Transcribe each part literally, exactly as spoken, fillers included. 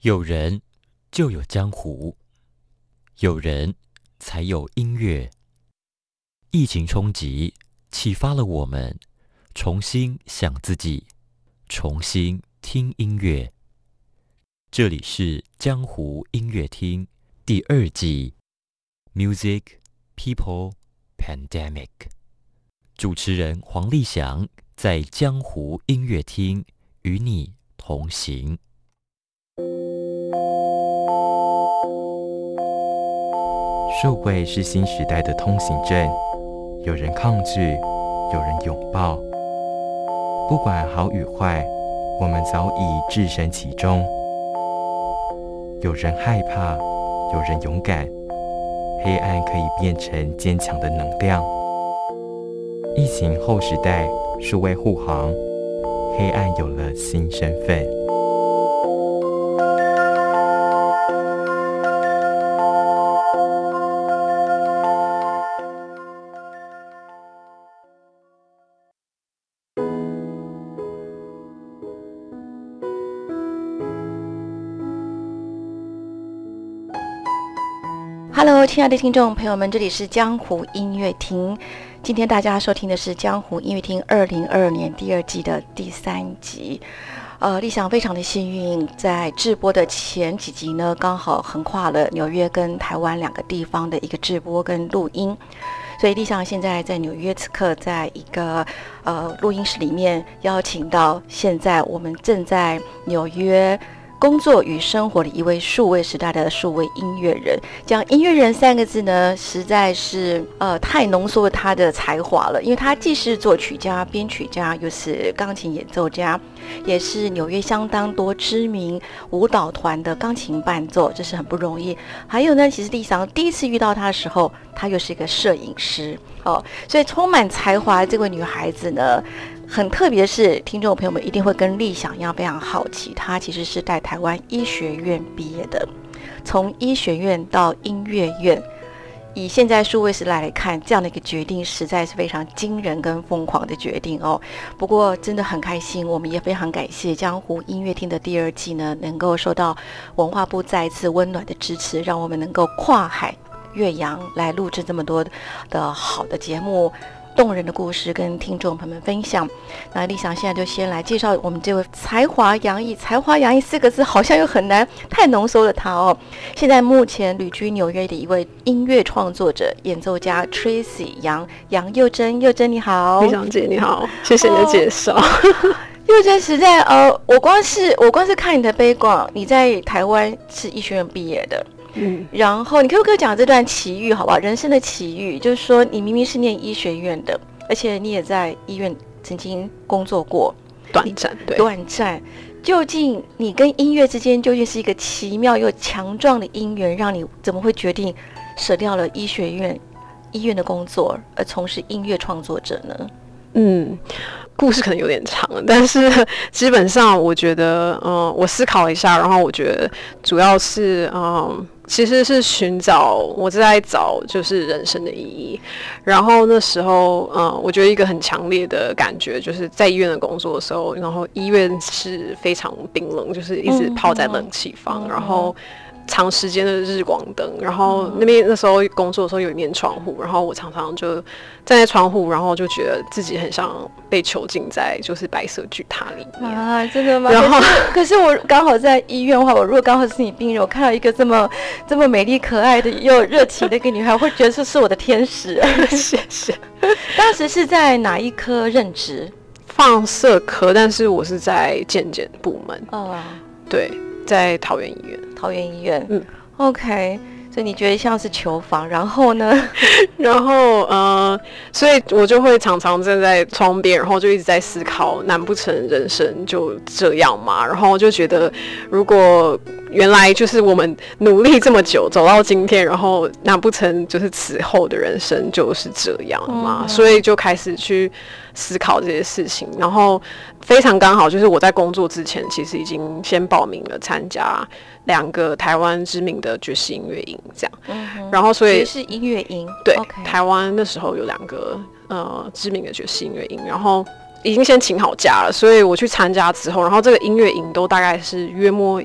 有人就有江湖，有人才有音乐。疫情冲击启发了我们重新想自己，重新听音乐。这里是江湖音乐厅第二季 Music People Pandemic， 主持人黄立翔在江湖音乐厅与你同行。 数位是新时代的通行证，有人抗拒，有人拥抱。不管好与坏，我们早已置身其中。有人害怕，有人勇敢。黑暗可以变成坚强的能量。疫情后时代，数位护航，黑暗有了新身份。 Hello， 亲爱的听众朋友们，这里是江湖音乐厅。今天大家收听的是江湖音乐厅二零二二年第二季的第三集。呃，立翔非常的幸运，在直播的前几集呢，刚好横跨了纽约跟台湾两个地方的一个直播跟录音。所以立翔现在在纽约，此刻在一个呃录音室里面，邀请到现在我们正在纽约工作与生活的一位数位时代的数位音乐人。讲音乐人三个字呢，实在是呃太浓缩了他的才华了，因为他既是作曲家、编曲家，又是钢琴演奏家，也是纽约相当多知名舞蹈团的钢琴伴奏，这是很不容易。还有呢，其实立翔第一次遇到他的时候，他又是一个摄影师哦，所以充满才华这位女孩子呢，很特别的是，听众朋友们一定会跟立翔一样非常好奇，他其实是在台湾医学院毕业的，从医学院到音乐院，以现在数位时代来看，这样的一个决定实在是非常惊人跟疯狂的决定哦。不过真的很开心，我们也非常感谢江湖音乐厅的第二季呢，能够受到文化部再一次温暖的支持，让我们能够跨海越洋来录制这么多的好的节目，动人的故事跟听众朋友们分享。那立翔现在就先来介绍我们这位才华洋溢，才华洋溢四个字好像又很难太浓缩了他哦。现在目前旅居纽约的一位音乐创作者、演奏家 Tracy 杨杨佑珍，佑珍你好。 立翔姐你好，谢谢你的介绍。 哦佑珍实在呃，我光是我光是看你的背光，你在台湾是医学院毕业的。嗯，然后你可不可以讲这段奇遇好不好？人生的奇遇，就是说你明明是念医学院的，而且你也在医院曾经工作过， 短暂对， 短暂。究竟你跟音乐之间究竟是一个奇妙又强壮的因缘，让你怎么会决定舍掉了医学院医院的工作，而从事音乐创作者呢？ 嗯，故事可能有点长，但是基本上我觉得，嗯、呃，我思考了一下，然后我觉得主要是，嗯、呃。其实是寻找，我在找就是人生的意义。然后那时候，嗯，我觉得一个很强烈的感觉，就是在医院的工作的时候，然后医院是非常冰冷，就是一直泡在冷气房，嗯、然后长时间的日光灯，然后那边那时候工作的时候有一面窗户，然后我常常就站在窗户，然后就觉得自己很像被囚禁在就是白色巨塔里面啊，真的吗？ 然后可是，可是我刚好在医院的话，我如果刚好是你病人，我看到一个这么这么美丽可爱的又热情的一个女孩，我会觉得这是我的天使。 谢谢。 当时是在哪一科任职？ 放射科，但是我是在健检部门。哦，对，在桃园医院。 桃园医院，嗯 ，OK， 所以你觉得像是囚房，然后呢？ 然后呃，所以我就会常常站在窗边，然后就一直在思考，难不成人生就这样吗？然后我就觉得，如果原来就是我们努力这么久走到今天，然后难不成就是此后的人生就是这样吗？嗯、所以就开始去思考这些事情，然后非常刚好，就是我在工作之前，其实已经先报名了参加两个台湾知名的爵士音乐营，这样，嗯、然后所以爵士音乐营， 对， okay. 台湾那时候有两个呃知名的爵士音乐营，然后已经先请好假了，所以我去参加之后，然后这个音乐营都大概是约莫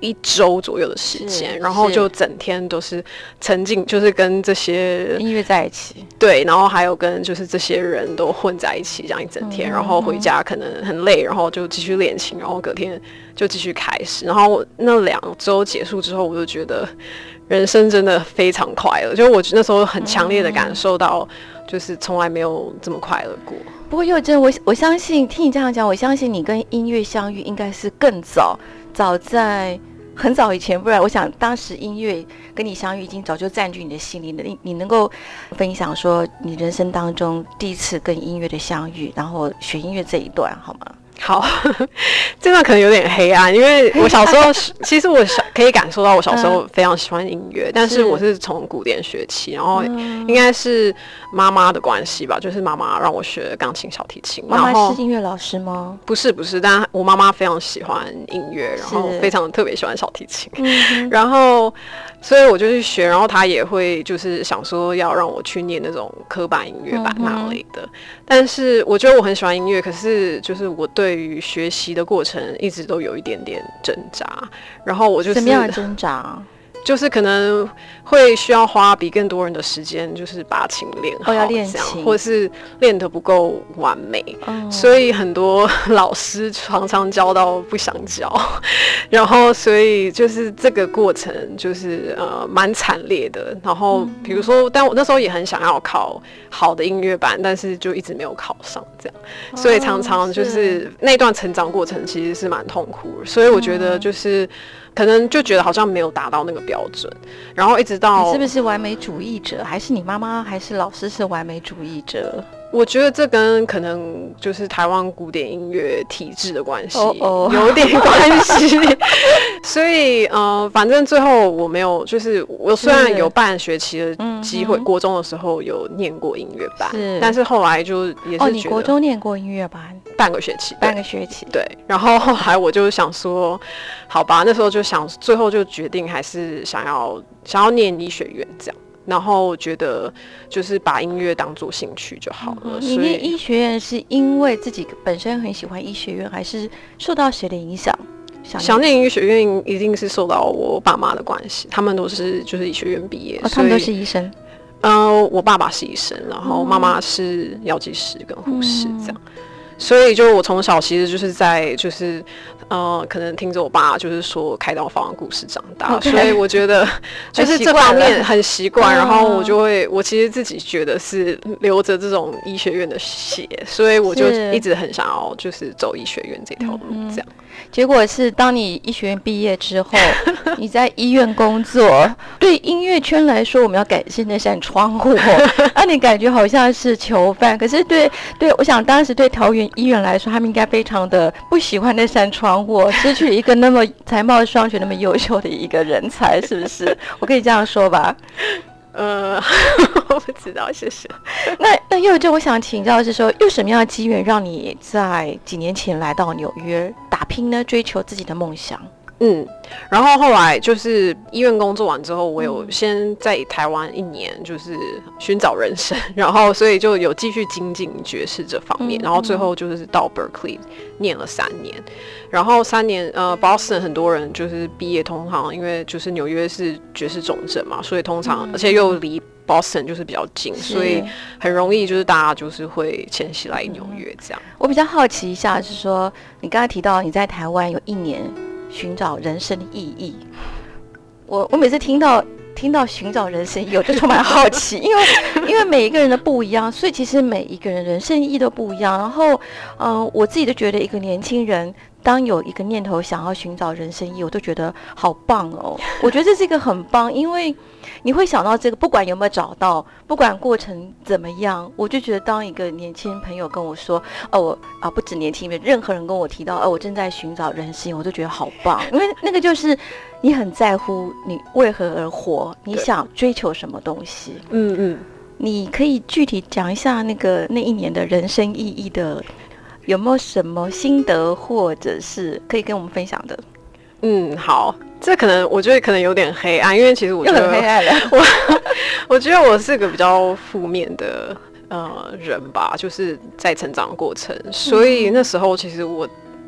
一周左右的时间，然后就整天都是沉浸，就是跟这些音乐在一起， 对，然后还有跟就是这些人都混在一起，这样一整天，嗯、然后回家可能很累，然后就继续练琴，然后隔天就继续开始，然后那两周结束之后，我就觉得人生真的非常快乐，就我那时候很强烈的感受到，就是从来没有这么快乐过。 不过佑真，我我相信听你这样讲，我相信你跟音乐相遇应该是更早，早在很早以前，不然我想当时音乐跟你相遇已经早就占据你的心里了。你你能够分享说你人生当中第一次跟音乐的相遇，然后学音乐这一段好吗？ 好，这段可能有点黑暗，因为我小时候其实我小可以感受到我小时候非常喜欢音乐，但是我是从古典学起，然后应该是妈妈的关系吧，就是妈妈让我学钢琴、小提琴。 妈妈是音乐老师吗？ 不是不是，但我妈妈非常喜欢音乐，然后非常特别喜欢小提琴，然后所以我就去学，然后她也会就是想说要让我去念那种科班音乐班那类的，但是我觉得我很喜欢音乐，可是就是我对对于学习的过程一直都有一点点挣扎，然后我就是什么样的挣扎？ 就是可能会需要花比更多人的时间，就是把琴练好， 哦，要练琴， 或是练得不够完美，哦，所以很多老师常常教到不想教，然后所以就是这个过程就是呃蛮惨烈的。然后比如说，但我那时候也很想要考好的音乐班，但是就一直没有考上，这样，哦，所以常常就是那段成长过程其实是蛮痛苦的。所以我觉得就是可能就觉得好像没有达到那个标准，然后一直到你是不是完美主义者，还是你妈妈还是老师是完美主义者？ 我觉得这跟可能就是台湾古典音乐体制的关系 ，oh, oh. 有点关系，所以呃，反正最后我没有，就是我虽然有半学期的机会，国中的时候有念过音乐班，是但是后来就也是觉得， 哦，你国中念过音乐班， 半个学期， 半个学期， 对。然后后来我就想说，好吧，那时候就想，最后就决定还是想要想要念医学院这样。然后觉得就是把音乐当作兴趣就好了。嗯， 你念医学院是因为自己本身很喜欢医学院，还是受到谁的影响？ 想念医学院一定是受到我爸妈的关系，他们都是就是医学院毕业， 哦，他们都是医生。 呃，我爸爸是医生，然后妈妈是药剂师跟护士这样。嗯，所以就我从小其实就是在就是呃，可能听着我爸就是说开刀房的故事长大， okay. 所以我觉得就是这方面很习惯，然后我就会我其实自己觉得是流着这种医学院的血，所以我就一直很想要就是走医学院这条路这样。嗯， 结果是当你医学院毕业之后，你在医院工作，对音乐圈来说，我们要感谢那扇窗户，啊，你感觉好像是囚犯，可是对对，我想当时对桃园医院来说，他们应该非常的不喜欢那扇窗户，失去一个那么才貌双全、那么优秀的一个人才，是不是？我可以这样说吧？ 呃，我不知道，谢谢。 那那佑真，我想请教的是说，有什么样的机缘让你在几年前来到纽约打拼呢？追求自己的梦想？ 嗯，然后后来就是医院工作完之后，我有先在台湾一年，就是寻找人生，然后所以就有继续精进爵士这方面，嗯，然后最后就是到 Berkeley 念了三年，然后三年呃 Boston 很多人就是毕业通常因为就是纽约是爵士重镇嘛，所以通常，嗯，而且又离 Boston 就是比较近，所以很容易就是大家就是会迁徙来纽约这样。 我比较好奇一下，是说你刚才提到你在台湾有一年寻找人生的意义，我我每次听到听到寻找人生意义，我就充满好奇，因为因为每一个人的不一样，所以其实每一个人人生意义都不一样。然后，嗯、呃，我自己就觉得一个年轻人当有一个念头想要寻找人生意义，我都觉得好棒哦。我觉得这是一个很棒，因为你会想到这个，不管有没有找到，不管过程怎么样，我就觉得当一个年轻朋友跟我说，哦，我啊不止年轻人，任何人跟我提到，哦，我正在寻找人生，我就觉得好棒，因为那个就是你很在乎你为何而活，你想追求什么东西。 嗯嗯， 你可以具体讲一下那个那一年的人生意义的，有没有什么心得，或者是可以跟我们分享的？ 嗯，好，这可能我觉得可能有点黑暗，因为其实我觉得又很黑暗了。 我我觉得我是个比较负面的呃人吧，就是在成长过程，所以那时候其实我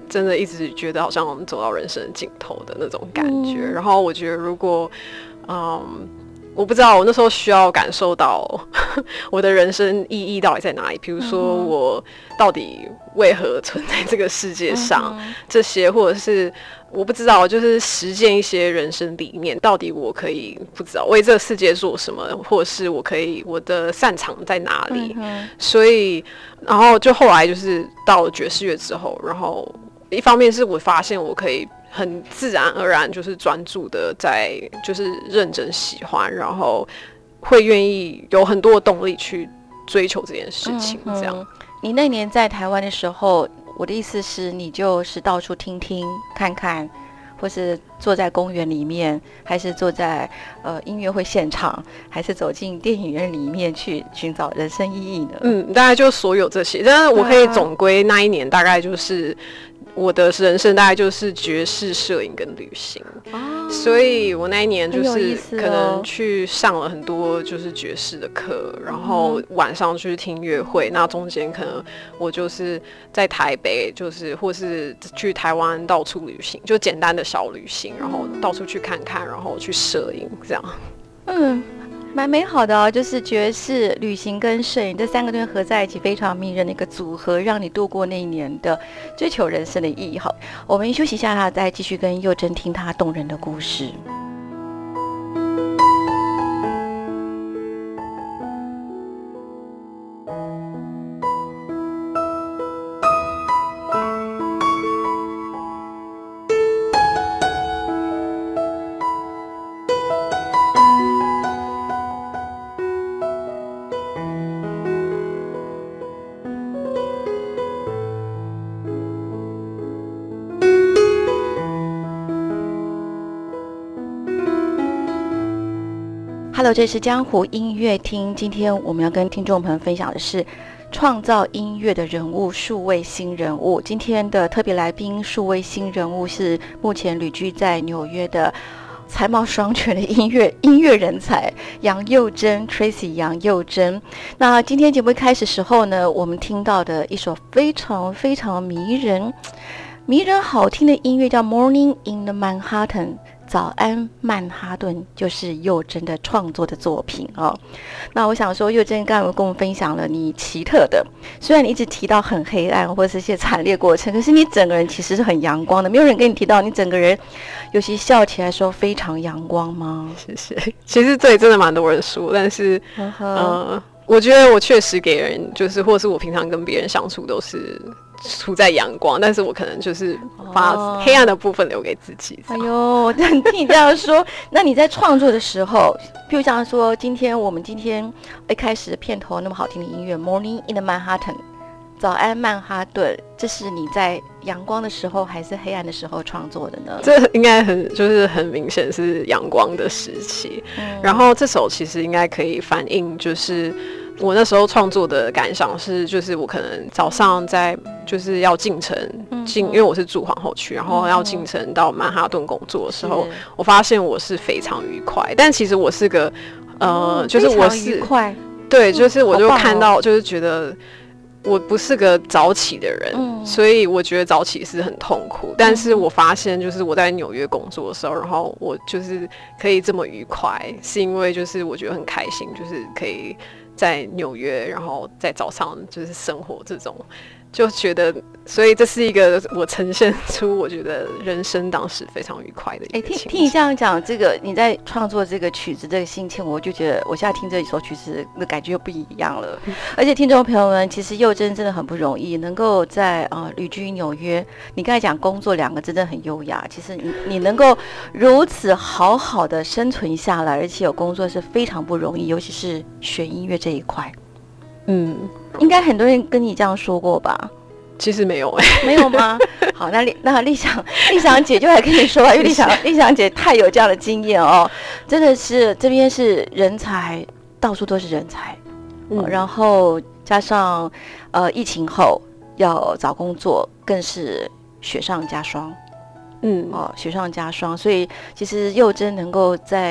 真的一直觉得好像走到人生的尽头的那种感觉。嗯、然后我觉得如果，嗯，我不知道我那时候需要感受到我的人生意义到底在哪里，比如说我到底为何存在这个世界上，嗯、这些，或者是我不知道，就是实践一些人生理念，到底我可以不知道为这个世界做什么，或者是我可以我的擅长在哪里。嗯、所以，然后就后来就是到了爵士乐之后，然后一方面是我发现我可以很自然而然就是专注的在就是认真喜欢，然后会愿意有很多的动力去追求这件事情。这样，嗯、 你那年在台湾的时候，我的意思是你就是到处听听看看，或是坐在公园里面，还是坐在呃音乐会现场，还是走进电影院里面去寻找人生意义呢？ 嗯，大概就所有这些，但是我可以总归那一年大概就是我的人生大概就是爵士、摄影跟旅行。哦，所以我那一年就是可能去上了很多就是爵士的课，然后晚上去听乐会。那中间可能我就是在台北，就是或是去台湾到处旅行，就简单的小旅行，然后到处去看看，然后去摄影这样。 嗯，蛮美好的哦，就是爵士、旅行跟摄影这三个东西合在一起，非常迷人的一个组合，让你度过那一年的追求人生的意义。好，我们休息一下，再继续跟佑真听她动人的故事。Hello， 这是江湖音乐厅。今天我们要跟听众朋友分享的是创造音乐的人物，数位新人物。今天的特别来宾，数位新人物是目前旅居在纽约的才貌双全的音乐音乐人才杨佑真 Tracy 杨佑真。那今天节目一开始时候呢，我们听到的一首非常非常迷人、迷人好听的音乐叫《Morning in the Manhattan》。早安曼哈顿，就是佑真的创作的作品哦。那我想说，佑真刚才跟我们分享了你奇特的，虽然你一直提到很黑暗或者是一些惨烈过程，可是你整个人其实是很阳光的。没有人跟你提到你整个人，尤其笑起来的时候非常阳光吗？ 谢谢。其实这里真的蛮多人说，但是嗯、uh-huh. 呃，我觉得我确实给人就是，或是我平常跟别人相处都是处在阳光，但是我可能就是把黑暗的部分留给自己。 哎呦，听你这样说，那你在创作的时候，譬如像说，今天我们今天一开始片头那么好听的音乐《Morning in the Manhattan》，早安曼哈顿，这是你在阳光的时候还是黑暗的时候创作的呢？ 这应该很就是很明显是阳光的时期。嗯、然后这首其实应该可以反映就是我那时候创作的感想是，就是我可能早上在就是要进城进，因为我是住皇后区，然后要进城到曼哈顿工作的时候，我发现我是非常愉快。但其实我是个呃，就是我是愉快， 对，就是我就看到，就是觉得我不是个早起的人，嗯、所以我觉得早起是很痛苦。但是我发现，就是我在纽约工作的时候，然后我就是可以这么愉快，是因为就是我觉得很开心，就是可以在纽约，然后在早上就是生活这种，就觉得，所以这是一个我呈现出我觉得人生当时非常愉快的一个情景。哎， 听听你这样讲，这个你在创作这个曲子这个心情，我就觉得我现在听这一首曲子的感觉又不一样了。嗯、而且听众朋友们，其实佑真真的很不容易，能够在呃旅居纽约，你刚才讲工作两个真的很优雅。其实你你能够如此好好的生存下来，而且有工作是非常不容易，尤其是学音乐这一块。嗯，应该很多人跟你这样说过吧？ 其实没有哎、 欸，没有吗？好，那那丽想丽想姐就来跟你说吧，因为丽想丽想姐太有这样的经验哦，真的是这边是人才，到处都是人才，嗯哦、然后加上呃疫情后要找工作，更是雪上加霜，嗯哦雪上加霜，所以其实佑真能够在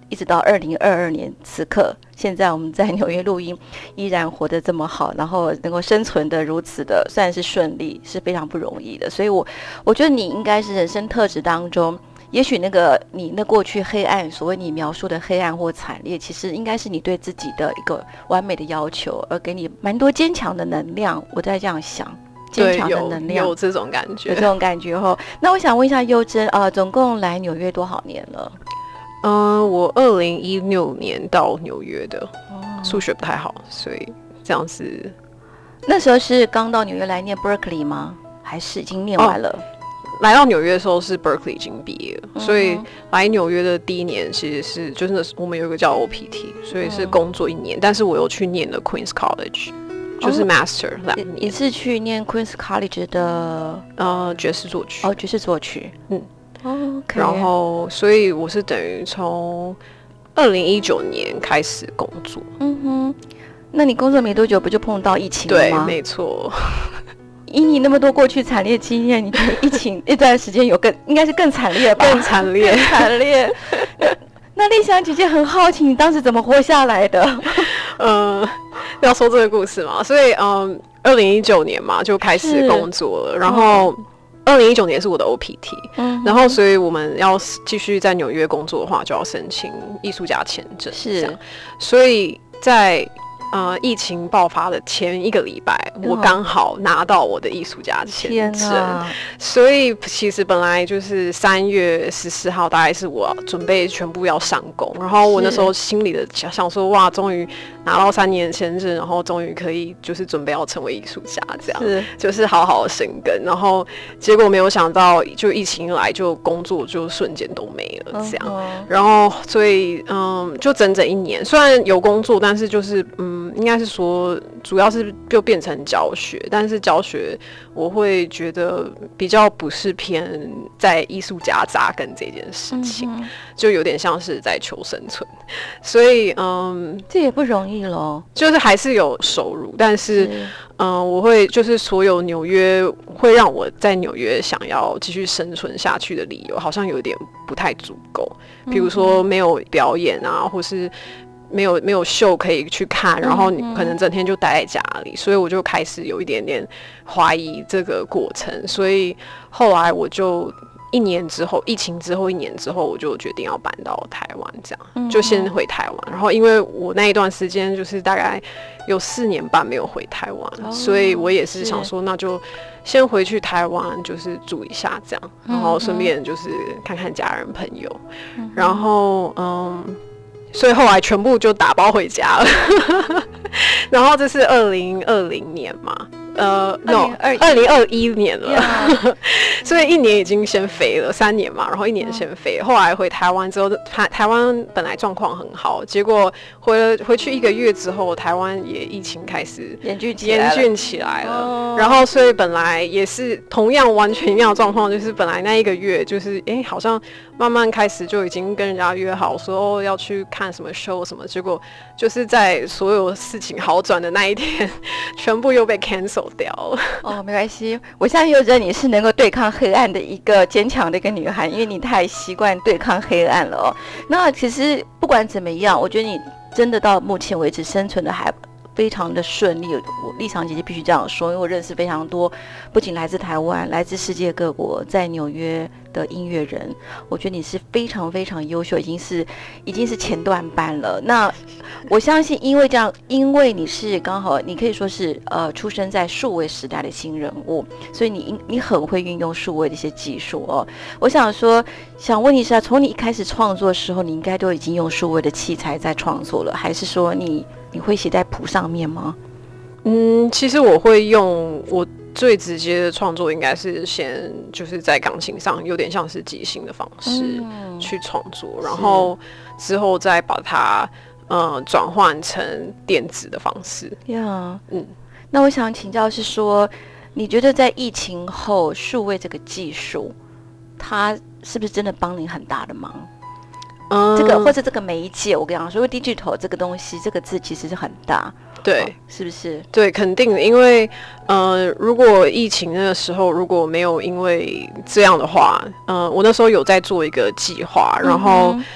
一直到二零二二年此刻，现在我们在纽约录音，依然活得这么好，然后能够生存的如此的算是顺利，是非常不容易的。所以我我觉得你应该是人生特质当中，也许那个你那过去黑暗，所谓你描述的黑暗或惨烈，其实应该是你对自己的一个完美的要求，而给你蛮多坚强的能量。我在这样想，坚强的能量， 有, 有这种感觉， 有这种感觉哦。那我想问一下幼珍啊、呃，总共来纽约多少年了？ 嗯、呃，我二零一六年到纽约的，哦、数学不太好，所以这样子。 那时候是刚到纽约来念 Berkeley 吗？还是已经念完了？哦， 来到纽约的时候是 Berkeley 已经毕业了，嗯、所以来纽约的第一年其实是就是我们有一个叫 O P T， 所以是工作一年，嗯、但是我又去念了 Queen's College， 就是 Master 两年。 你是去念 Queen's College 的呃爵士作曲？ 哦，爵士作曲，嗯。 Oh, okay. 然后，所以我是等于从二零一九年开始工作。 嗯哼，那你工作没多久，不就碰到疫情了吗？ 对，没错。 以你那么多过去惨烈经验，你觉得疫情那段时间有更应该是更惨烈吧？ 更惨烈， 更惨烈。那丽香姐姐很好奇，你当时怎么活下来的？ 嗯、呃，要说这个故事嘛，所以嗯，二零一九年嘛就开始工作了，然后。嗯二零一九年是我的 O P T，嗯、然后所以我们要继续在纽约工作的话，就要申请艺术家签证。 是， 所以在呃疫情爆发的前一个礼拜，哦、我刚好拿到我的艺术家签证。所以其实本来就是三月十四号，大概是我准备全部要上工，然后我那时候心里的想说，哇，终于拿到三年的签证，然后终于可以就是准备要成为艺术家，这样是就是好好的生根。然后结果没有想到，就疫情一来，就工作就瞬间都没了，这样。Uh-huh. 然后所以嗯，就整整一年，虽然有工作，但是就是嗯，应该是说主要是就变成教学，但是教学我会觉得比较不是偏在艺术家扎根这件事情，嗯、就有点像是在求生存。所以嗯， 这也不容易咯， 就是还是有收入，但是嗯、呃，我会就是所有纽约会让我在纽约想要继续生存下去的理由，好像有点不太足够。比如说没有表演啊，或是没有没有秀可以去看，然后你可能整天就待在家里，所以我就开始有一点点怀疑这个过程。所以后来我就一年之后，疫情之后一年之后，我就决定要搬到台湾，这样就先回台湾。然后因为我那一段时间就是大概有四年半没有回台湾，哦、所以我也是想说，那就先回去台湾，就是住一下这样，然后顺便就是看看家人朋友，嗯、然后嗯。所以后来全部就打包回家了然后这是二零二零年嘛，呃 no 二零二一年了，yeah. 所以一年已经先飞了三年嘛，然后一年先飞， oh. 后来回台湾之后，台台湾本来状况很好，结果回了回去一个月之后，台湾也疫情开始严峻严峻起来了， oh. 然后所以本来也是同样完全一样的状况，就是本来那一个月就是哎、欸、好像慢慢开始就已经跟人家约好说、哦、要去看什么 show 什么，结果就是在所有事情好转的那一天，全部又被 cancel 掉了。 哦，没关系，我现在又知道你是能够对抗黑暗的一个坚强的一个女孩，因为你太习惯对抗黑暗了哦。那其实不管怎么样，我觉得你真的到目前为止生存的还非常的顺利，我丽长姐姐必须这样说，因为我认识非常多，不仅来自台湾，来自世界各国，在纽约的音乐人，我觉得你是非常非常优秀，已经是已经是前段班了。那我相信，因为这样，因为你是刚好，你可以说是呃出生在数位时代的新人物，所以你你很会运用数位的一些技术哦。我想说，想问你一下，从你一开始创作的时候，你应该都已经用数位的器材在创作了，还是说你你会写在谱上面吗？ 嗯，其实我会用我最直接的创作，应该是先就是在钢琴上，有点像是即兴的方式去创作，嗯、然后之后再把它呃转换成电子的方式。 呀、yeah. ，嗯，那我想请教是说，你觉得在疫情后，数位这个技术，它是不是真的帮你很大的忙？嗯，这个或者这个媒介，我跟你讲说，因为 digital 这个东西，这个字其实是很大。 对、 哦，是不是？ 对，肯定的，因为呃，如果疫情那个时候如果没有因为这样的话，呃，我那时候有在做一个计划，然后、嗯、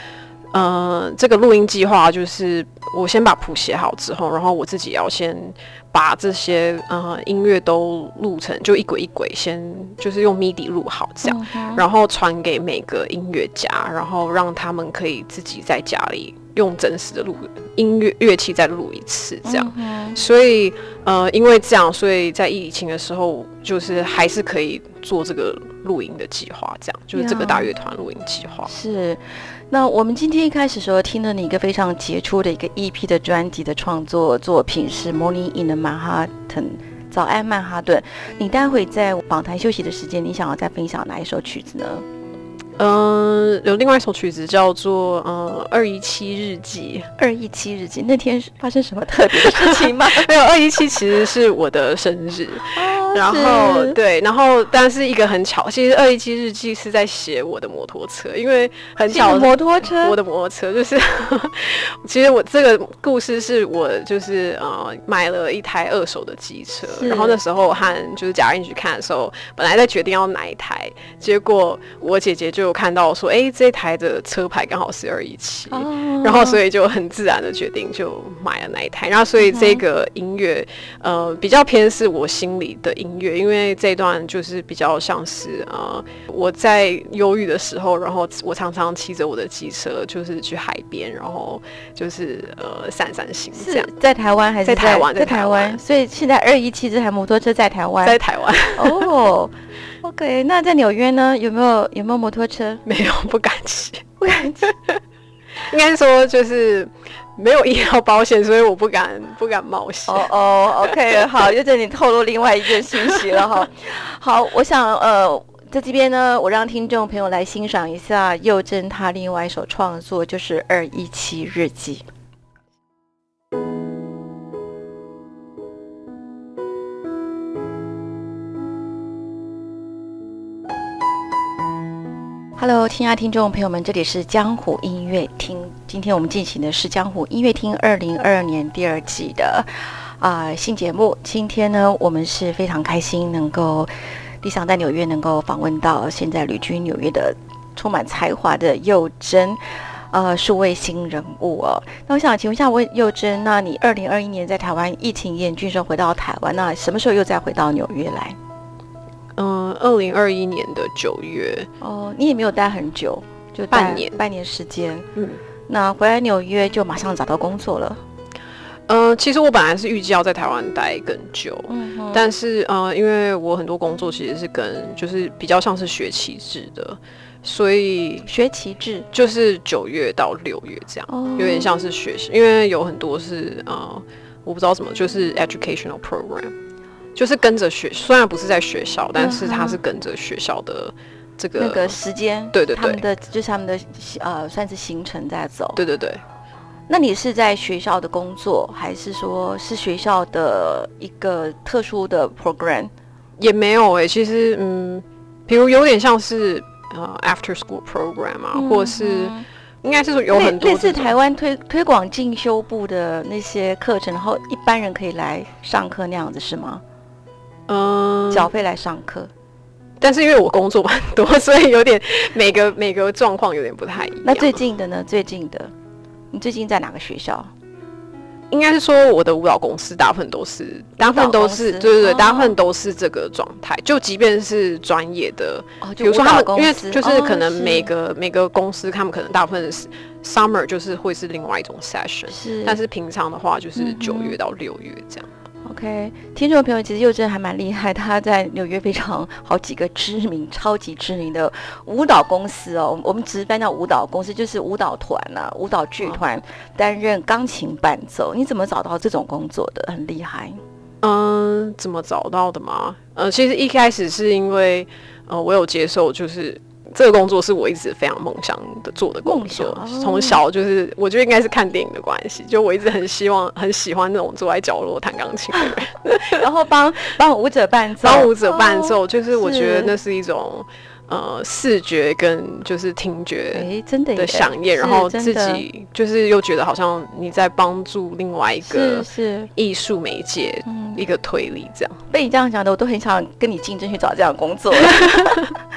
呃，这个录音计划就是我先把谱写好之后，然后我自己要先把这些呃音乐都录成，就一轨一轨，先就是用 M I D I 录好这样，嗯、然后传给每个音乐家，然后让他们可以自己在家里用真实的录音乐乐器再录一次这样。嗯、所以呃，因为这样，所以在疫情的时候，就是还是可以做这个录音的计划，这样就是这个大乐团录音计划。 是。那我们今天一开始的时候听了你一个非常杰出的一个 E P 的专辑的创作作品是 Morning in the Manhattan 早安曼哈顿。你待会在访谈休息的时间，你想要再分享哪一首曲子呢？ 嗯、呃，有另外一首曲子叫做呃二一七日记。 二一七日记那天发生什么特别的事情吗？ 没有，二一七其实是我的生日。哦、然后对，然后但是一个很巧，其实二一七日记是在写我的摩托车，因为很巧， 摩托车， 我的摩托车就是，其实我这个故事是我就是呃买了一台二手的机车，然后那时候和就是家人一起去看的时候，本来在决定要哪一台，结果我姐姐就有看到说，哎，这台的车牌刚好是二一七，然后所以就很自然的决定就买了那一台，然后所以这个音乐呃比较偏是我心里的音乐，因为这一段就是比较像是呃我在忧郁的时候，然后我常常骑着我的机车就是去海边，然后就是呃散散心这样。 在台湾还是在台湾？ 在台湾，所以现在二一七这台摩托车在台湾， 在台湾哦。OK， 那在纽约呢？有没有有没有摩托车？ 没有，不敢骑， 不敢骑。 应该说就是没有医疗保险，所以我不敢不敢冒险。 哦哦 ，OK， 好，又在你透露另外一件信息了哈。好，我想呃，在这边呢，我让听众朋友来欣赏一下佑真他另外一首创作，就是《二一七日记》。Hello， 亲爱的听众朋友们，这里是江湖音乐厅。今天我们进行的是江湖音乐厅二零二二年第二季的啊、呃、新节目。今天呢，我们是非常开心能够理想在纽约能够访问到现在旅居纽约的充满才华的佑真，呃，数位新人物哦。那我想请问一下，问佑真，那你二零二一年在台湾疫情严峻时候回到台湾，那什么时候又再回到纽约来？ 嗯，二零二一年的九月。 哦，你也没有待很久，就半年， 半年时间。 嗯， 那回来纽约就马上找到工作了。 呃，其实我本来是预计要在台湾待更久，嗯，但是呃，因为我很多工作其实是跟就是比较像是学期制的，所以学期制就是九月到六月这样，哦，有点像是学习，因为有很多是呃，我不知道怎么，就是 educational program。就是跟着学，虽然不是在学校，但是他是跟着学校的这个那个时间， 对对对， 他们的就是他们的呃，算是行程在走。 对对对。 那你是在学校的工作，还是说是学校的一个特殊的 program？ 也没有哎、欸，其实嗯，比如有点像是呃 after school program 啊，嗯、或者是应该是说有很多类似台湾推推广进修部的那些课程，然后一般人可以来上课那样子是吗？嗯，缴费来上课， 但是因为我工作蛮多，所以有点每个每个状况有点不太一样。 那最近的呢？最近的，你最近在哪个学校？ 应该是说我的舞蹈公司大部分都是，大部分都是，对对对，哦、大部分都是这个状态。就即便是专业的， 哦、 比如说他们，因为就是可能每个、哦、每个公司，他们可能大部分是 summer 就是会是另外一种 session， 是，但是平常的话就是九月到六月这样。 OK， 听众朋友，其实佑真还蛮厉害，他在纽约非常好几个知名、超级知名的舞蹈公司哦，我们直翻叫舞蹈公司，就是舞蹈团啊、舞蹈剧团，哦、担任钢琴伴奏。你怎么找到这种工作的？很厉害。 嗯，怎么找到的吗？呃，其实一开始是因为呃，我有接受就是。这个工作是我一直非常梦想的做的工作，从、哦、小就是我觉得应该是看电影的关系，就我一直很希望很喜欢那种坐在角落弹钢琴的人， 然后帮帮舞者伴奏， 帮舞者伴奏，哦、就是我觉得那是一种呃视觉跟就是听觉真的的响应，然后自己就是又觉得好像你在帮助另外一个艺术媒介嗯、一个推理这样。 被你这样讲的，我都很想跟你竞争去找这样的工作。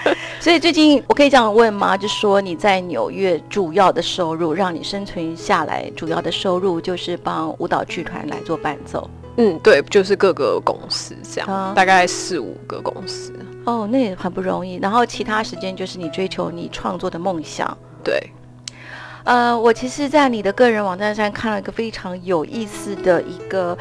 所以最近我可以这样问吗？就说你在纽约主要的收入，让你生存下来，主要的收入就是帮舞蹈剧团来做伴奏。 嗯，对，就是各个公司这样， 啊大概四五个公司。 哦，那也很不容易。然后其他时间就是你追求你创作的梦想。 对， 呃，我其实，在你的个人网站上看了一个非常有意思的一个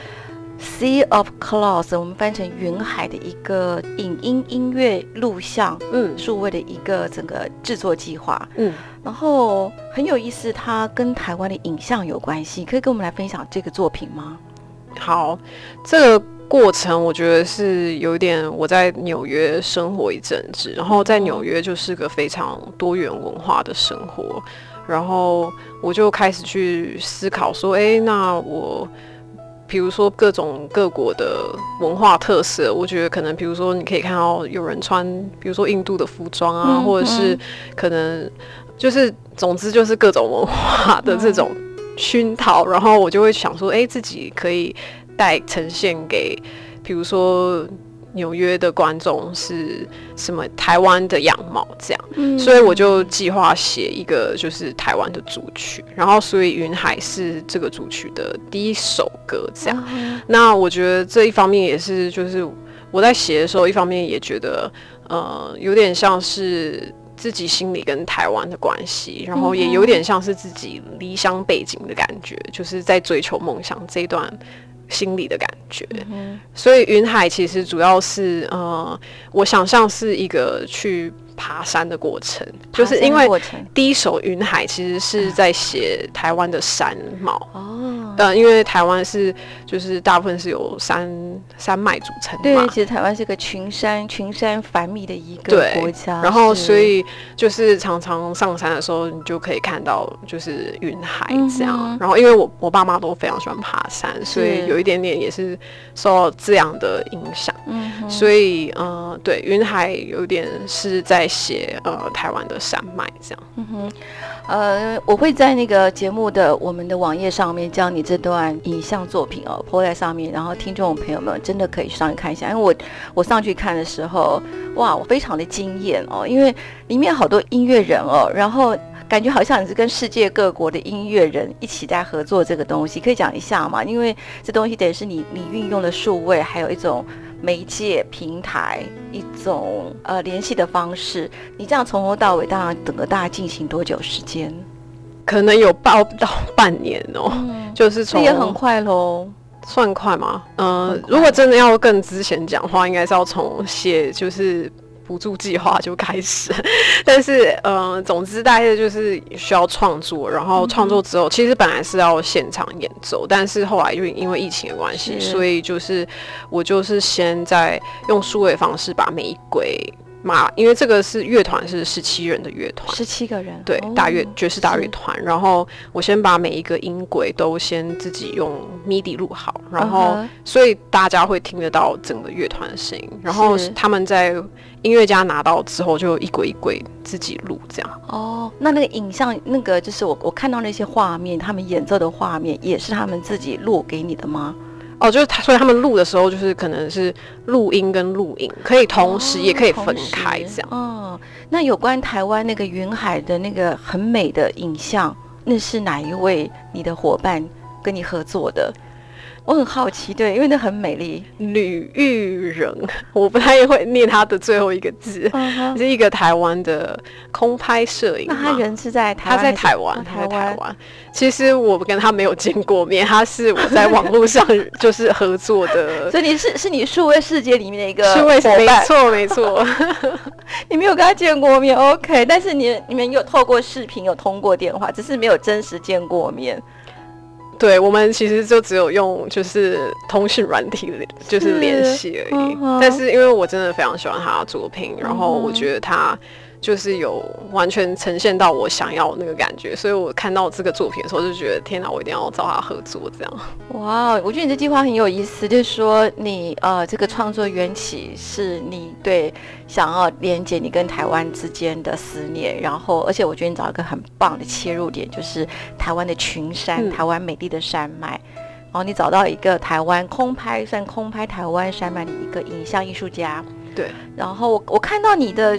Sea of Clouds， 我们翻成云海的一个影音音乐录像嗯数位的一个整个制作计划。 嗯， 然后很有意思，它跟台湾的影像有关系，可以跟我们来分享这个作品吗？ 好，这个过程我觉得是有点我在纽约生活一阵子，然后在纽约就是个非常多元文化的生活，然后我就开始去思考说，哎，那我比如说各种各国的文化特色，我觉得可能比如说你可以看到有人穿，比如说印度的服装啊， 嗯或者是可能就是总之就是各种文化的这种熏陶，然后我就会想说，哎，自己可以带呈现给，比如说纽约的观众是什么台湾的样貌这样， 嗯所以我就计划写一个就是台湾的主曲，然后所以云海是这个主曲的第一首歌这样。 啊那我觉得这一方面也是，就是我在写的时候，一方面也觉得呃有点像是自己心里跟台湾的关系，然后也有点像是自己离乡背景的感觉，就是在追求梦想这一段心里的感觉。 嗯所以云海其实主要是呃，我想象是一个去爬山的过程，就是因为过程第一首云海其实是在写台湾的山貌。 哦， 呃，因为台湾是就是大部分是由山山脉组成的对， 嘛， 其实台湾是个群山群山繁密的一个对国家， 然后是所以就是常常上山的时候，你就可以看到就是云海这样。 嗯哼然后因为我我爸妈都非常喜欢爬山，所以有一点点也是受到这样的影响。 嗯哼所以呃，对，云海有点是在写呃台湾的山脉这样。 嗯哼，呃，我会在那个节目的我们的网页上面将你这段影像作品哦po在上面，然后听众朋友们真的可以上去看一下，因为我我上去看的时候，哇，我非常的惊艳哦，因为里面好多音乐人哦，然后感觉好像你是跟世界各国的音乐人一起在合作这个东西，可以讲一下吗？因为这东西等于是你你运用了数位，还有一种媒介平台，一种呃联系的方式。你这样从头到尾，当然整个大概进行多久时间？ 可能有报到半年哦， 嗯， 就是从这也很快喽。 算快吗？嗯、呃很，快如果真的要更之前讲话，应该是要从写就是补助计划就开始。但是呃，总之大概就是需要创作，然后创作之后，其实本来是要现场演奏，但是后来就因为疫情的关系， 是所以就是我就是先在用数位方式把每一轨嘛，因为这个是乐团是十七人的乐团， 十七个人， 对， 哦大乐爵士大乐是团。然后我先把每一个音轨都先自己用 M I D I 录好，然后嗯哼所以大家会听得到整个乐团的声音。然后是他们在音乐家拿到之后，就一轨一轨自己录这样。 哦，那那个影像，那个就是我我看到那些画面，他们演奏的画面，也是他们自己录给你的吗？ 哦，就是他，所以他们录的时候，就是可能是录音跟录影可以同时，也可以分开这样。 哦，那有关台湾那个云海的那个很美的影像，那是哪一位你的伙伴跟你合作的？我很好奇，对，因为那很美丽。 吕玉人，我不太会念他的最后一个字， 嗯哼， 是一个台湾的空拍摄影嘛。 那他人是在台他湾还是？ 在台湾， 哦他在台湾。其实我跟他没有见过面，他是我在网络上就是合作的。 所以你是是你数位世界里面的一个是为没伙伴， 错没错。 你没有跟他见过面 ，OK？但是你你们有透过视频，有通过电话，只是没有真实见过面。 对，我们其实就只有用就是通讯软体就是联系而已。 嗯哼但是因为我真的非常喜欢他的作品，然后我觉得他就是有完全呈现到我想要的那个感觉，所以我看到这个作品的时候就觉得天哪，我一定要找他合作这样。 哇，我觉得你这计划很有意思，就是说你呃这个创作缘起是你对想要连接你跟台湾之间的思念，然后而且我觉得你找一个很棒的切入点，就是台湾的群山， 嗯台湾美丽的山脉。然后你找到一个台湾空拍，算空拍台湾山脉的一个影像艺术家， 对， 然后我我看到你的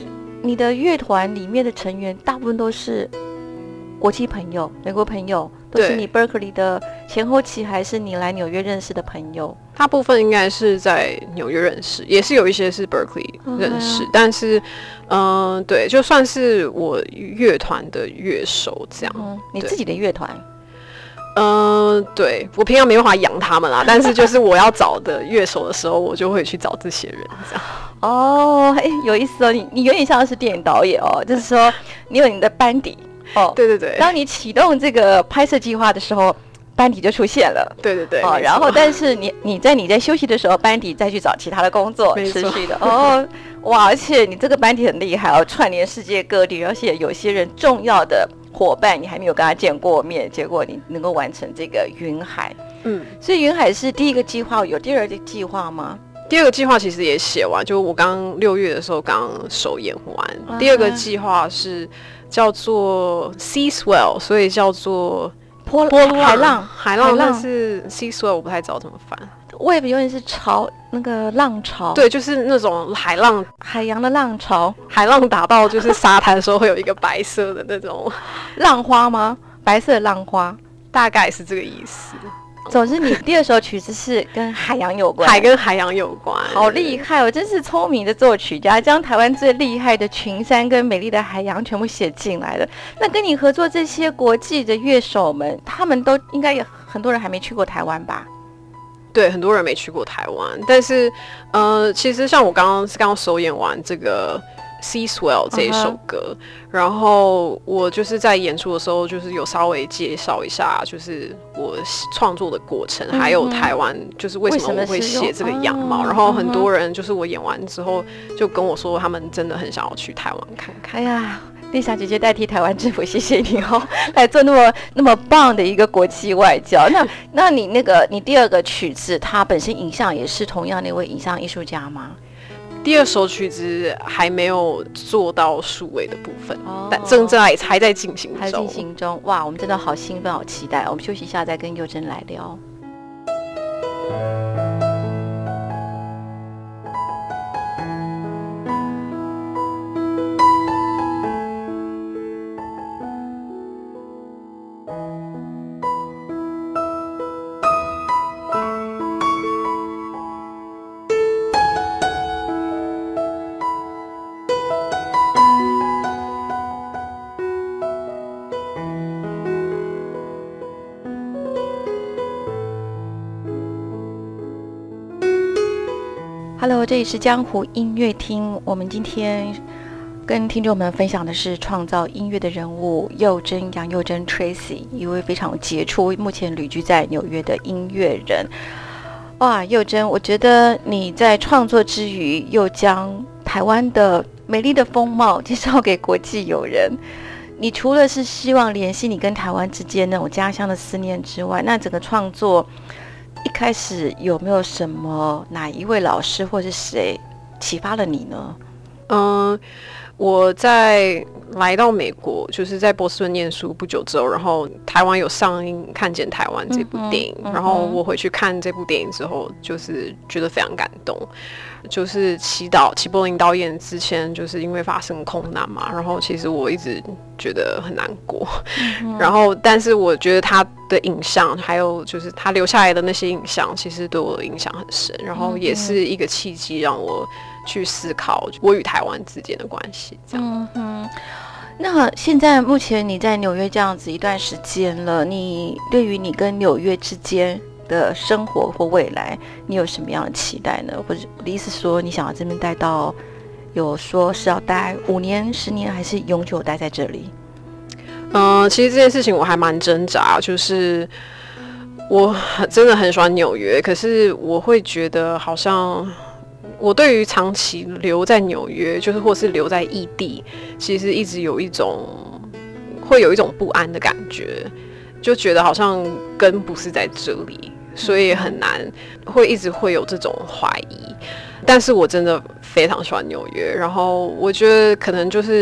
你的乐团里面的成员大部分都是国际朋友、美国朋友，都是你 Berkeley 的前后期，还是你来纽约认识的朋友？ 大部分应该是在纽约认识，也是有一些是 Berkeley 认识，嗯、但是，嗯、呃，对，就算是我乐团的乐手这样。 嗯，你自己的乐团？ 嗯、呃，对，我平常没办法养他们啦，但是就是我要找的乐手的时候，我就会去找这些人这样。 哦，哎，有意思哦，你你有点像是电影导演哦，就是说你有你的班底哦， 对对对， 当你启动这个拍摄计划的时候，班底就出现了， 对对对， 哦，然后但是你你在你在休息的时候，班底再去找其他的工作，持续的哦，哇，而且你这个班底很厉害哦，串联世界各地，而且有些人重要的伙伴你还没有跟他见过面，结果你能够完成这个云海，嗯，所以云海是第一个计划，有第二个计划吗？ 第二个计划其实也写完，就我刚六月的时候刚首演完。Uh-huh. 第二个计划是叫做 Sea Swell， 所以叫做波波海浪， 海浪，但是 Sea Swell 我不太知道怎么翻。 Wave 永远是潮，那个浪潮。 对，就是那种海浪， 海洋的浪潮， 海浪打到就是沙滩的时候会有一个白色的那种浪花吗？白色的浪花， 大概是这个意思。 总之，你第二首曲子是跟海洋有关， 海跟海洋有关， 好厉害哦！真是聪明的作曲家，将台湾最厉害的群山跟美丽的海洋全部写进来了。那跟你合作这些国际的乐手们，他们都应该也很多人还没去过台湾吧？ 对，很多人没去过台湾，但是呃，其实像我刚刚是刚刚首演完这个Sea Swell 这一首歌， uh-huh. 然后我就是在演出的时候，就是有稍微介绍一下，就是我创作的过程， uh-huh. 还有台湾就是为什么我会写这个样貌。Uh-huh. 然后很多人就是我演完之后就跟我说，他们真的很想要去台湾看看。 哎呀，丽莎姐姐代替台湾政府，谢谢你哦，来做那么那么棒的一个国际外交。那那你那个你第二个曲子，它本身影像也是同样那位影像艺术家吗？ 第二首曲子还没有做到数位的部分，哦、但正在还在进行中。 还在进行中，哇，我们真的好兴奋，好期待。我们休息一下，再跟佑真来聊。Hello， 这里是江湖音乐厅。我们今天跟听众们分享的是创造音乐的人物佑真杨佑真 Tracy， 一位非常杰出，目前旅居在纽约的音乐人。哇，佑真，我觉得你在创作之余，又将台湾的美丽的风貌介绍给国际友人。你除了是希望联系你跟台湾之间那种家乡的思念之外，那整个创作一开始有没有什么哪一位老师或是谁启发了你呢？ 嗯，我在来到美国，就是在波士顿念书不久之后，然后台湾有上映《看见台湾》这部电影、嗯嗯、然后我回去看这部电影之后，就是觉得非常感动。就是齐导齐柏林导演之前就是因为发生空难嘛，然后其实我一直觉得很难过、嗯、然后但是我觉得他的影像还有就是他留下来的那些影像其实对我的影响很深，然后也是一个契机让我去思考我与台湾之间的关系这样。 嗯哼，那现在目前你在纽约这样子一段时间了，你对于你跟纽约之间的生活或未来你有什么样的期待呢？或者我的意思说你想要这边待到有说是要待五年十年还是永久待在这里？ 嗯、呃，其实这件事情我还蛮挣扎，就是我真的很喜欢纽约，可是我会觉得好像我对于长期留在纽约就是或是留在异地，其实一直有一种会有一种不安的感觉，就觉得好像根不是在这里，所以很难会一直会有这种怀疑。但是我真的非常喜欢纽约，然后我觉得可能就是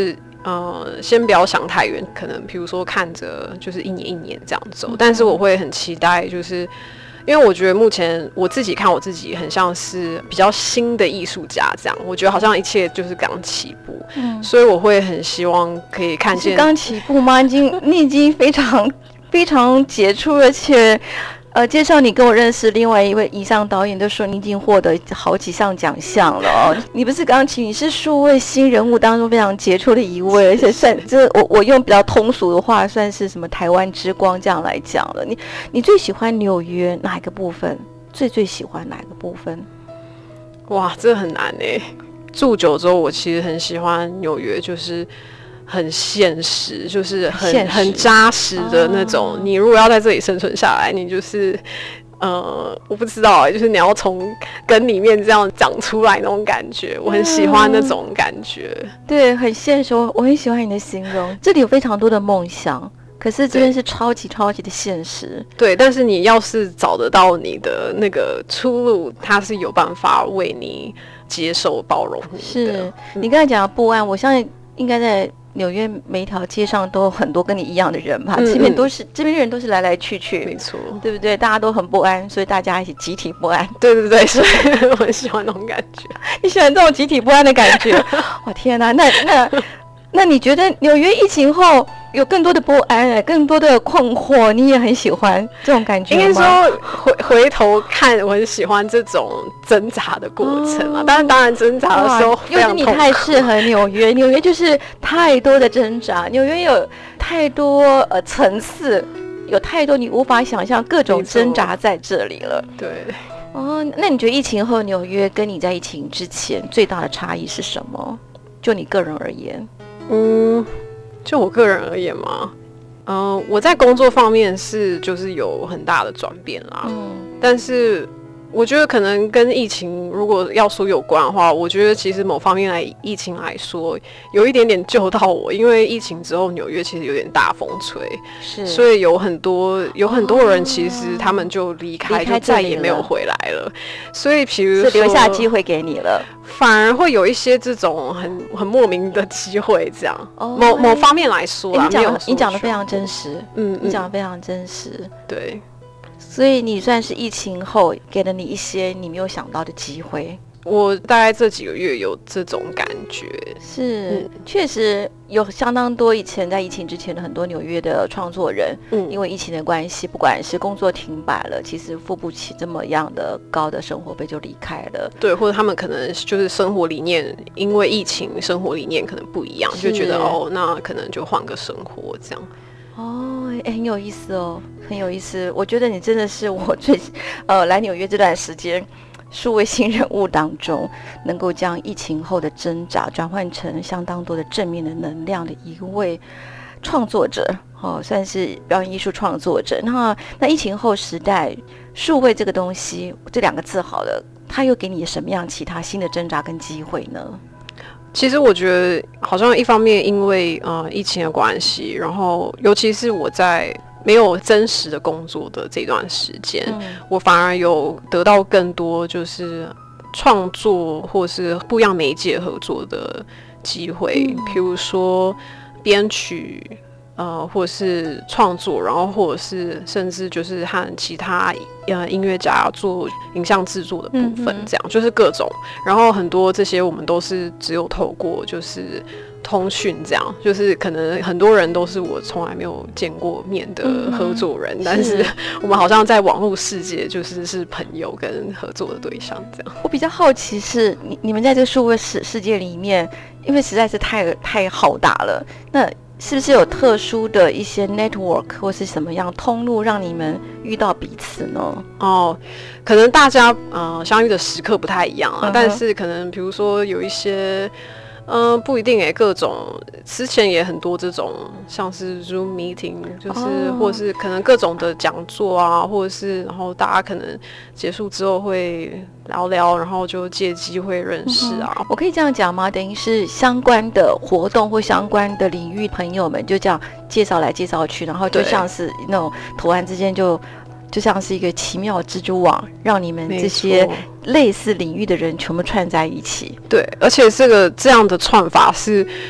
呃，先不要想太远，可能比如说看着就是一年一年这样走，嗯、但是我会很期待，就是因为我觉得目前我自己看我自己很像是比较新的艺术家这样，我觉得好像一切就是刚起步，嗯，所以我会很希望可以看见。 是刚起步吗？已经你已经非常非常杰出，而且。呃，介绍你跟我认识另外一位影像导演，都说你已经获得好几项奖项了哦。你不是钢琴，你是数位新人物当中非常杰出的一位，而且算这我我用比较通俗的话，算是什么台湾之光这样来讲了。你你最喜欢纽约哪一个部分？最最喜欢哪一个部分？ 哇，这很难哎。住久之后，我其实很喜欢纽约，就是很现实，就是很很扎实的那种。哦、你如果要在这里生存下来，你就是呃，我不知道哎、欸，就是你要从根里面这样长出来那种感觉，我很喜欢那种感觉。 嗯、对，很现实，我很喜欢你的形容。这里有非常多的梦想。可是这边是超级超级的现实， 对。但是你要是找得到你的那个出路，它是有办法为你接受、包容你的。 是、嗯、你刚才讲的不安，我相信应该在纽约每一条街上都有很多跟你一样的人吧？嗯、这边都是这边的人都是来来去去， 没错， 对不对？大家都很不安，所以大家一起集体不安。 对对对，所以我很喜欢那种感觉。 你喜欢这种集体不安的感觉？哇天哪，那那那你觉得纽约疫情后？有更多的不安，更多的困惑，你也很喜欢这种感觉吗？ 应该说回回头看，我很喜欢这种挣扎的过程啊。哦、但是当然挣扎的时候非常痛苦， 因为你太适合纽约，纽约就是太多的挣扎，纽约有太多呃层次，有太多你无法想象各种挣扎在这里了。 对。 哦，那你觉得疫情后纽约跟你在疫情之前最大的差异是什么？就你个人而言， 嗯。就我个人而言嘛，嗯、呃，我在工作方面是就是有很大的转变啦，嗯，但是我觉得可能跟疫情如果要说有关的话，我觉得其实某方面来疫情来说，有一点点救到我，因为疫情之后纽约其实有点大风吹， 是， 所以有很多有很多人其实他们就离开，就再也没有回来了，所以比如说是留下机会给你了。 反而会有一些这种很很莫名的机会，这样、oh, 某某方面来说啦， 欸、你讲你讲的非常真实， 嗯， 你讲的非常真实， 对， 所以你算是疫情后给了你一些你没有想到的机会。 我大概这几个月有这种感觉， 是，确、嗯、实有相当多以前在疫情之前的很多纽约的创作人，嗯，因为疫情的关系，不管是工作停摆了，其实付不起这么样的高的生活费就离开了， 对，或者他们可能就是生活理念，因为疫情生活理念可能不一样，就觉得哦，那可能就换个生活这样。 哦，哎，很有意思哦，很有意思。我觉得你真的是我最呃来纽约这段时间。数位新人物当中，能够将疫情后的挣扎转换成相当多的正面的能量的一位创作者，哦，算是表演艺术创作者。那那疫情后时代，数位这个东西，这两个字好了，它又给你什么样其他新的挣扎跟机会呢？ 其实我觉得，好像一方面因为呃疫情的关系，然后尤其是我在。没有真实的工作的这段时间、嗯、我反而有得到更多就是创作或是不一样媒介合作的机会、嗯、比如说编曲呃，或者是创作，然后或者是甚至就是和其他呃音乐家做影像制作的部分，这样、嗯、就是各种，然后很多这些我们都是只有透过就是通讯这样，就是可能很多人都是我从来没有见过面的合作人，嗯、但是我们好像在网络世界就是是朋友跟合作的对象这样。 我比较好奇是你你们在这个数位世世界里面，因为实在是太太浩大了，那是不是有特殊的一些 network 或是什么样通路让你们遇到彼此呢？ 哦，可能大家呃相遇的时刻不太一样啊，嗯、但是可能比如说有一些。嗯、呃，不一定诶，各种之前也很多这种，像是 Zoom meeting， 就是、哦、或者是可能各种的讲座啊，或者是然后大家可能结束之后会聊聊，然后就借机会认识啊、嗯。 我可以这样讲吗？等于是相关的活动或相关的领域朋友们就这样介绍来介绍去，然后就像是那种突然之间就。就像是一个奇妙蜘蛛网，让你们这些类似领域的人全部串在一起。 对，而且这个这样的串法是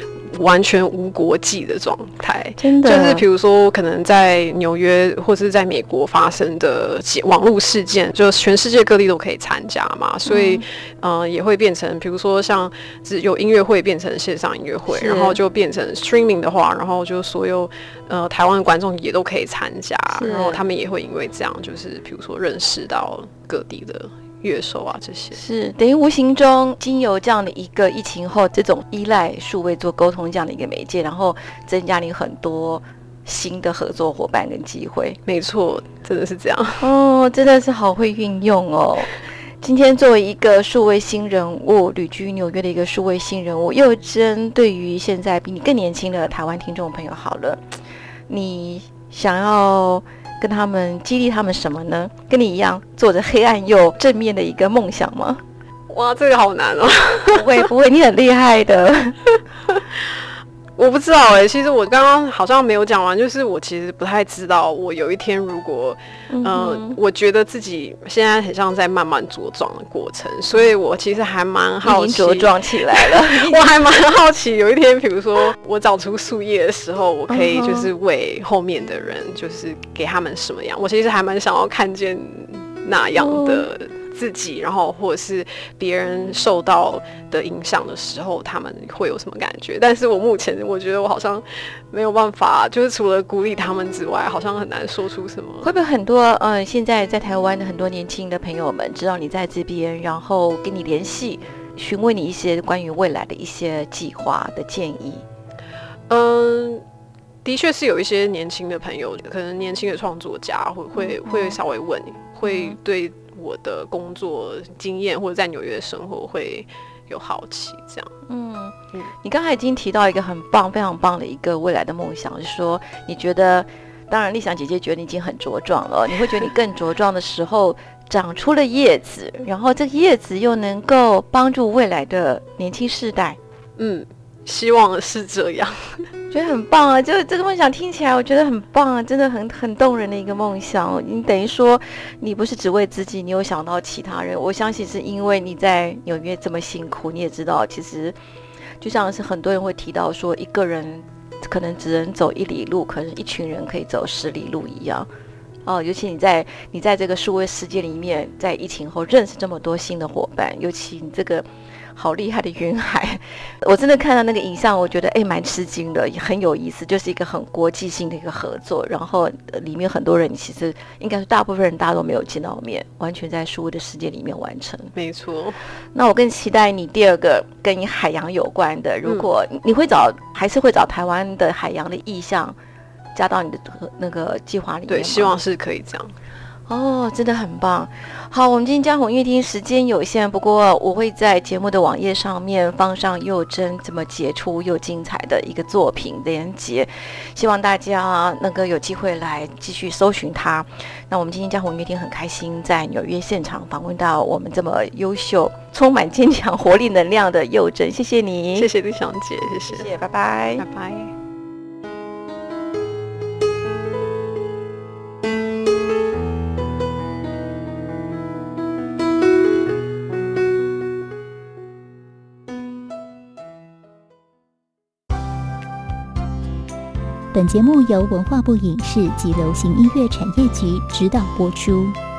完全无国际的状态， 真的就是比如说可能在纽约或是在美国发生的网络事件，就全世界各地都可以参加嘛，所以嗯、呃、也会变成比如说像只有音乐会变成线上音乐会，然后就变成 streaming 的话，然后就所有呃台湾的观众也都可以参加，然后他们也会因为这样就是比如说认识到各地的乐手啊，这些是等于无形中经由这样的一个疫情后这种依赖数位做沟通这样的一个媒介，然后增加你很多新的合作伙伴跟机会。 没错，真的是这样哦，真的是好会运用哦。今天作为一个数位新人物，旅居纽约的一个数位新人物，又针对于现在比你更年轻的台湾听众朋友好了，你想要跟他们激励他们什么呢？跟你一样做着黑暗又正面的一个梦想吗？ 哇，这个好难哦。 不会不会，你很厉害的。 我不知道哎、欸，其实我刚刚好像没有讲完，就是我其实不太知道，我有一天如果，嗯、呃，我觉得自己现在很像在慢慢茁壮的过程，所以我其实还蛮好奇， 已经茁壮起来了。 我还蛮好奇，有一天，比如说我找出树叶的时候，我可以就是为后面的人，就是给他们什么样？我其实还蛮想要看见那样的自己，然后或者是别人受到的影响的时候，他们会有什么感觉？但是我目前我觉得我好像没有办法，就是除了鼓励他们之外，好像很难说出什么。 会不会很多呃，现在在台湾的很多年轻的朋友们知道你在这边，然后跟你联系，询问你一些关于未来的一些计划的建议？ 嗯。的确是有一些年轻的朋友，可能年轻的创作家会会会稍微问，会对我的工作经验或者在纽约的生活会有好奇，这样。 嗯嗯，你刚才已经提到一个很棒、非常棒的一个未来的梦想，是说你觉得，当然丽想姐姐觉得你已经很茁壮了，你会觉得你更茁壮的时候长出了叶子，然后这个叶子又能够帮助未来的年轻世代。 嗯，希望是这样。 觉得很棒啊！就这个梦想听起来，我觉得很棒啊，真的很很动人的一个梦想。你等于说，你不是只为自己，你有想到其他人。我相信是因为你在纽约这么辛苦，你也知道，其实就像是很多人会提到说，一个人可能只能走一里路，可能一群人可以走十里路一样。哦，尤其你在你在这个数位世界里面，在疫情后认识这么多新的伙伴，尤其你这个好厉害的云海，我真的看到那个影像，我觉得哎蛮吃惊的，也很有意思，就是一个很国际性的一个合作，然后、呃、里面很多人其实应该是大部分人大家都没有见到面，完全在数位的世界里面完成。 没错。 那我更期待你第二个跟你海洋有关的，如果、嗯、你会找还是会找台湾的海洋的意象加到你的那个计划里面吗？ 对，希望是可以这样。 哦，真的很棒。好，我们今天江湖音乐厅时间有限，不过我会在节目的网页上面放上佑真这么杰出又精彩的一个作品连结，希望大家能够有机会来继续搜寻它。那我们今天江湖音乐厅很开心在纽约现场访问到我们这么优秀、充满坚强活力能量的佑真，谢谢你， 谢谢丽香姐，谢谢， 谢谢，拜拜， 拜拜。 本节目由文化部影视及流行音乐产业局指导播出。